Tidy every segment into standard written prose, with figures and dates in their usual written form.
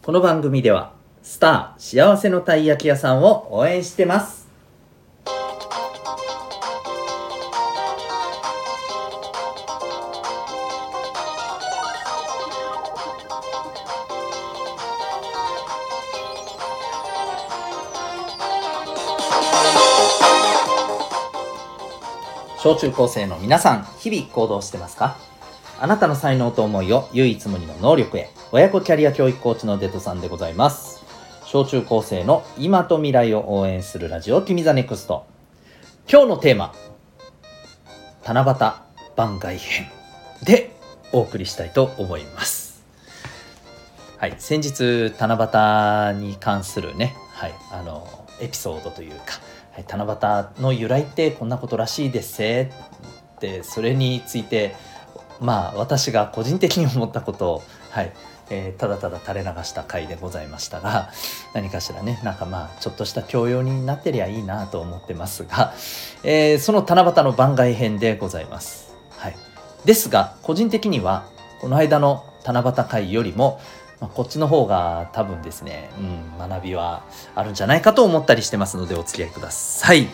この番組ではスター幸せのたい焼き屋さんを応援してます。小中高生の皆さん、日々行動してますか？あなたの才能と思いを唯一無二の能力へ。親子キャリア教育コーチのデトさんでございます。小中高生の今と未来を応援するラジオ君ザネクスト。今日のテーマ、七夕番外編でお送りしたいと思います。はい、先日七夕に関するね、エピソードというか、七夕の由来ってこんなことらしいですぜって、それについて私が個人的に思ったことを、ただただ垂れ流した回でございましたが、何かしらね、ちょっとした教養になってりゃいいなと思ってますが、その七夕の番外編でございます。ですが個人的にはこの間の七夕回よりも、こっちの方が多分ですね、学びはあるんじゃないかと思ったりしてますのでお付き合いください。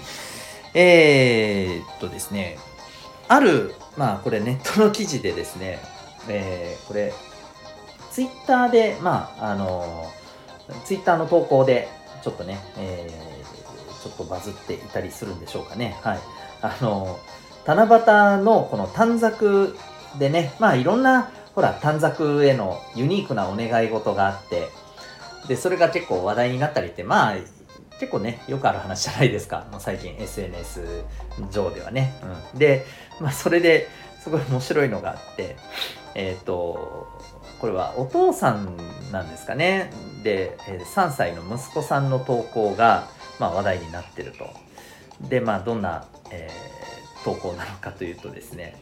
ですね、あるこれネットの記事でですね、これツイッターでツイッターの投稿でちょっとね、ちょっとバズっていたりするんでしょうかね。七夕のこの短冊でね、いろんな短冊へのユニークなお願い事があって、でそれが結構話題になったりって、結構ねよくある話じゃないですか。最近 SNS 上ではね、でそれですごい面白いのがあって、これはお父さんなんですかね。で3歳の息子さんの投稿が話題になってると。でどんな、投稿なのかというとですね、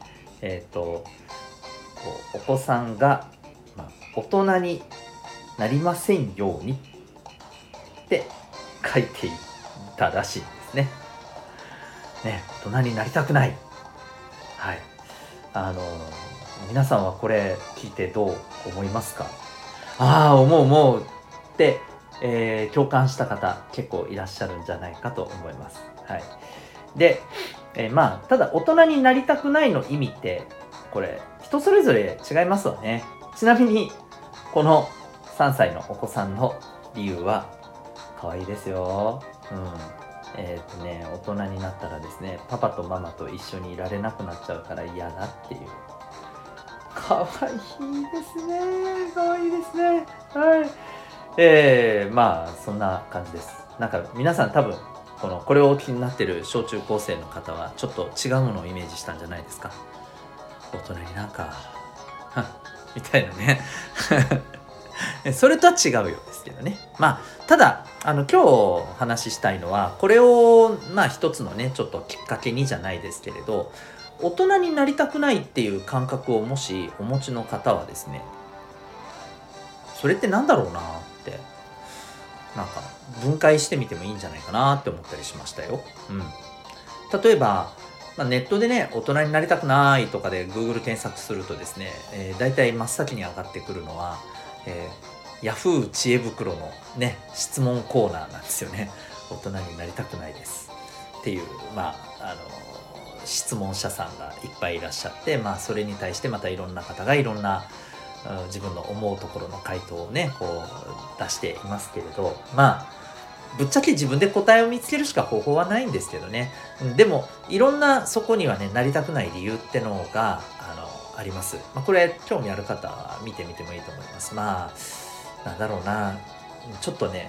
お子さんが、大人になりませんようにって書いていたらしいんですね。大人になりたくない。皆さんはこれ聞いてどう思いますか？思うって、共感した方結構いらっしゃるんじゃないかと思います。で、ただ大人になりたくないの意味ってこれ人それぞれ違いますわね。ちなみにこの3歳のお子さんの理由は可愛いですよ。大人になったらですね、パパとママと一緒にいられなくなっちゃうから嫌だっていう。可愛いですね。可愛いですね。そんな感じです。皆さん多分これをお聞きになっている小中高生の方はちょっと違うものをイメージしたんじゃないですか。大人にみたいなねそれとは違うようですけどね。ただ今日お話ししたいのはこれを一つのねちょっときっかけにじゃないですけれど、大人になりたくないっていう感覚をもしお持ちの方はですね、それってなんだろうなって分解してみてもいいんじゃないかなって思ったりしましたよ。例えばネットでね、大人になりたくないとかで Google 検索するとですね、だいたい真っ先に上がってくるのは、Yahoo 知恵袋のね、質問コーナーなんですよね。大人になりたくないですっていう、質問者さんがいっぱいいらっしゃって、それに対してまたいろんな方がいろんな自分の思うところの回答をね、出していますけれど、ぶっちゃけ自分で答えを見つけるしか方法はないんですけどね。でもいろんなそこにはねなりたくない理由ってのがあります。これ興味ある方は見てみてもいいと思います。なんだろうな、ちょっとね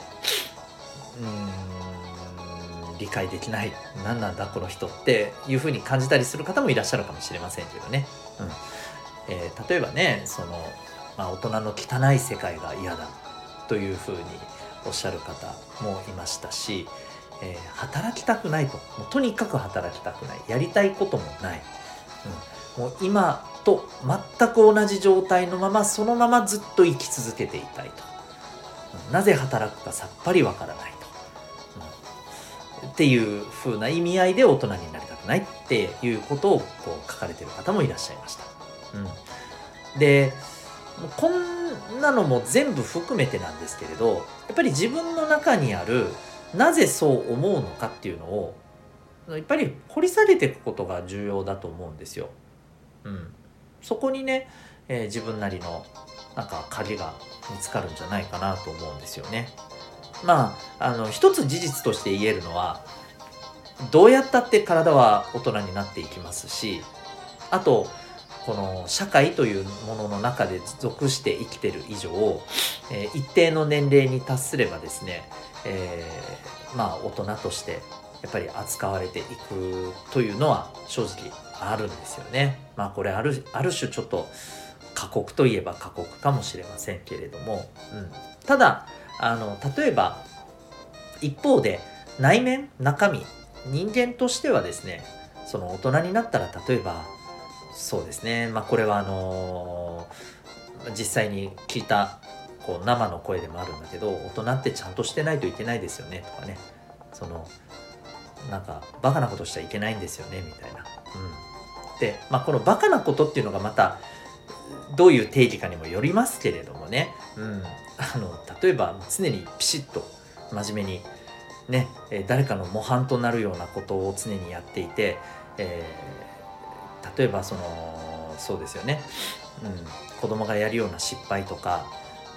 理解できない、何なんだこの人っていう風に感じたりする方もいらっしゃるかもしれませんけどね。例えばね、大人の汚い世界が嫌だという風におっしゃる方もいましたし、働きたくないと、もうとにかく働きたくない、やりたいこともない、もう今と全く同じ状態のままそのままずっと生き続けていたいと、なぜ働くかさっぱりわからないと、っていう風な意味合いで大人になりたくないっていうことを書かれている方もいらっしゃいました。でもうこんなのも全部含めてなんですけれど、やっぱり自分の中にあるなぜそう思うのかっていうのをやっぱり掘り下げていくことが重要だと思うんですよ。そこにね、自分なりのなんか鍵が見つかるんじゃないかなと思うんですよね。一つ事実として言えるのは、どうやったって体は大人になっていきますし、あとこの社会というものの中で属して生きてる以上、一定の年齢に達すればですね、大人としてやっぱり扱われていくというのは正直あるんですよね。これある種ちょっと過酷といえば過酷かもしれませんけれども、ただ例えば一方で内面中身人間としてはですね、その大人になったら、例えばそうですね、これは実際に聞いたこう生の声でもあるんだけど、大人ってちゃんとしてないといけないですよねとかね、そのなんかバカなことしちゃいけないんですよねみたいな。で、このバカなことっていうのがまたどういう定義かにもよりますけれどもね、例えば常にピシッと真面目にね、誰かの模範となるようなことを常にやっていて、例えばそうですよね、子供がやるような失敗とか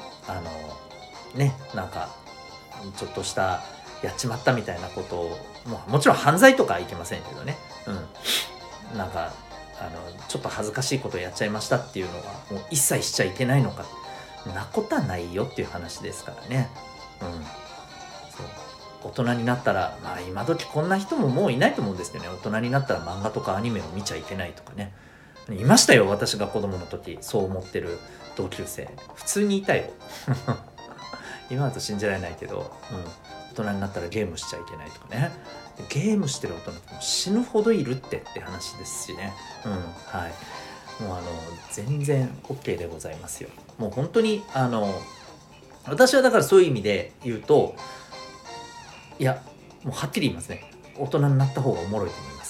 なんかちょっとしたやっちまったみたいなことを、もちろん犯罪とかはいけませんけどね、なんかちょっと恥ずかしいことをやっちゃいましたっていうのはもう一切しちゃいけないのか、なことはないよっていう話ですからね。そう大人になったら、今時こんな人ももういないと思うんですけどね、大人になったら漫画とかアニメを見ちゃいけないとかね、いましたよ。私が子供の時そう思ってる同級生普通にいたよ今だと信じられないけど、大人になったらゲームしちゃいけないとかね、ゲームしてる大人って死ぬほどいるって話ですしね。もう全然 OK でございますよ。もう本当に私はだからそういう意味で言うと、いやもうはっきり言いますね、大人になった方がおもろいと思います。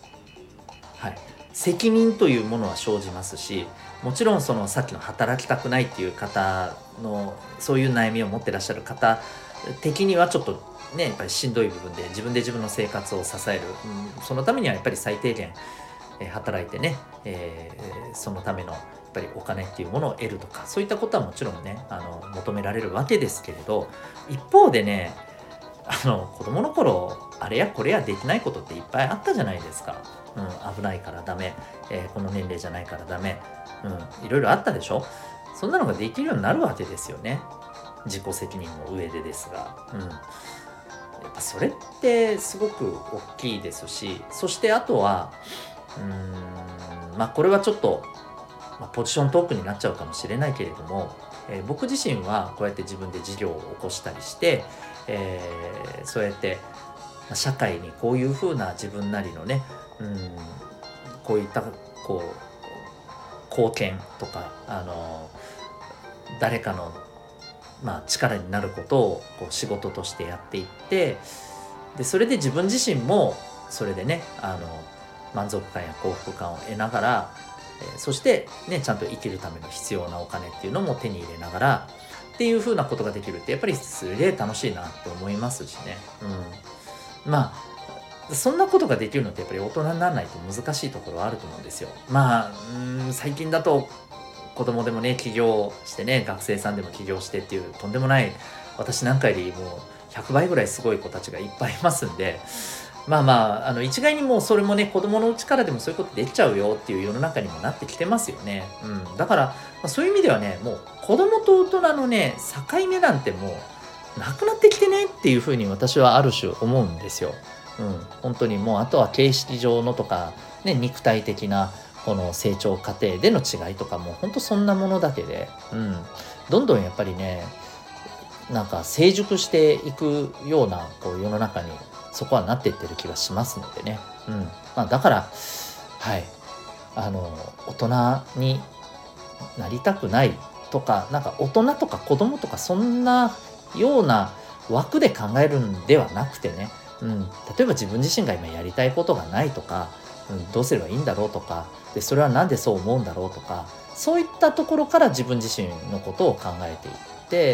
責任というものは生じますし、もちろんそのさっきの働きたくないっていう方のそういう悩みを持ってらっしゃる方的にはちょっとね、やっぱりしんどい部分で自分で自分の生活を支える、そのためにはやっぱり最低限、働いてね、そのためのやっぱりお金っていうものを得るとか、そういったことはもちろんね求められるわけですけれど、一方でね、子供の頃あれやこれやできないことっていっぱいあったじゃないですか。危ないからダメ、この年齢じゃないからダメ、いろいろあったでしょ。そんなのができるようになるわけですよね、自己責任の上でですが。やっぱそれってすごく大きいですし、そしてあとはこれはちょっと、ポジショントークになっちゃうかもしれないけれども、僕自身はこうやって自分で事業を起こしたりして、そうやって社会にこういう風な自分なりのね、こういったこう貢献とか誰かの力になることをこう仕事としてやっていって、でそれで自分自身もそれでね満足感や幸福感を得ながら、そしてねちゃんと生きるための必要なお金っていうのも手に入れながらっていう風なことができるってやっぱりすげえ楽しいなって思いますしね。そんなことができるのってやっぱり大人にならないと難しいところはあると思うんですよ。最近だと子供でもね起業してね、学生さんでも起業してっていうとんでもない、私なんかよりもう100倍ぐらいすごい子たちがいっぱいいますんで、一概にもうそれもね子供のうちからでもそういうことできちゃうよっていう世の中にもなってきてますよね。だから、そういう意味ではね、もう子供と大人のね境目なんてもうなくなってきてねっていうふうに私はある種思うんですよ。本当にもうあとは形式上のとかね、肉体的なこの成長過程での違いとかも本当そんなものだけで、どんどんやっぱりねなんか成熟していくようなこう世の中にそこはなっていってる気がしますのでね。だから大人になりたくないとか、なんか大人とか子供とかそんなような枠で考えるんではなくてね、例えば自分自身が今やりたいことがないとか、どうすればいいんだろうとか、でそれはなんでそう思うんだろうとか、 そういったところから自分自身のことを考えていって、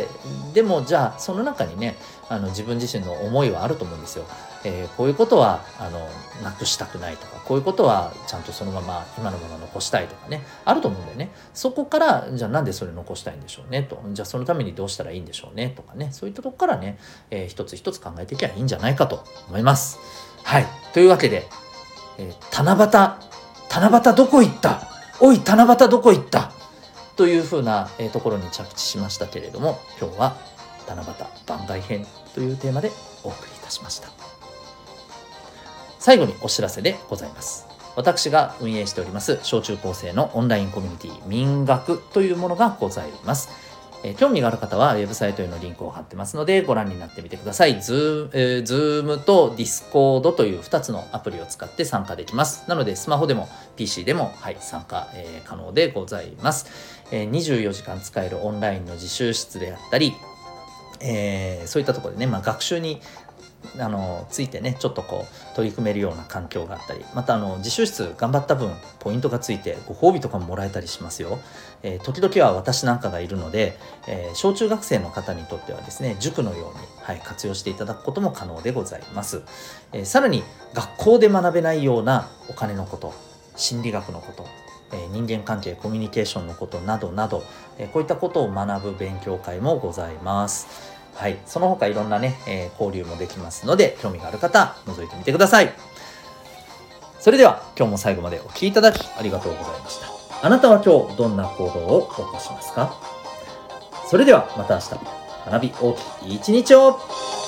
でもじゃあその中にね自分自身の思いはあると思うんですよ。こういうことはなくしたくないとか、こういうことはちゃんとそのまま今のまま残したいとかね、あると思うんだよね。そこからじゃあなんでそれ残したいんでしょうねと、じゃあそのためにどうしたらいいんでしょうねとかね、そういったとこからね、一つ一つ考えていけばいいんじゃないかと思います。はい、というわけで、七夕どこ行った、おい七夕どこ行ったというふうな、ところに着地しましたけれども、今日は七夕番外編というテーマでお送りいたしました。最後にお知らせでございます。私が運営しております小中高生のオンラインコミュニティ民学というものがございます。興味がある方はウェブサイトへのリンクを貼ってますのでご覧になってみてください。Zoom と Discord という2つのアプリを使って参加できます。なのでスマホでも PC でも、参加、可能でございます。24時間使えるオンラインの自習室であったり、そういったところでね、学習についてねちょっと取り組めるような環境があったり、また自習室頑張った分ポイントがついてご褒美とかももらえたりしますよ。時々は私なんかがいるので、小中学生の方にとってはですね塾のように、活用していただくことも可能でございます。さらに学校で学べないようなお金のこと、心理学のこと、人間関係コミュニケーションのことなどなど、こういったことを学ぶ勉強会もございます。その他いろんなね、交流もできますので、興味がある方覗いてみてください。それでは今日も最後までお聞きいただきありがとうございました。あなたは今日どんな行動を起こしますか？それではまた明日、学び大きい一日を。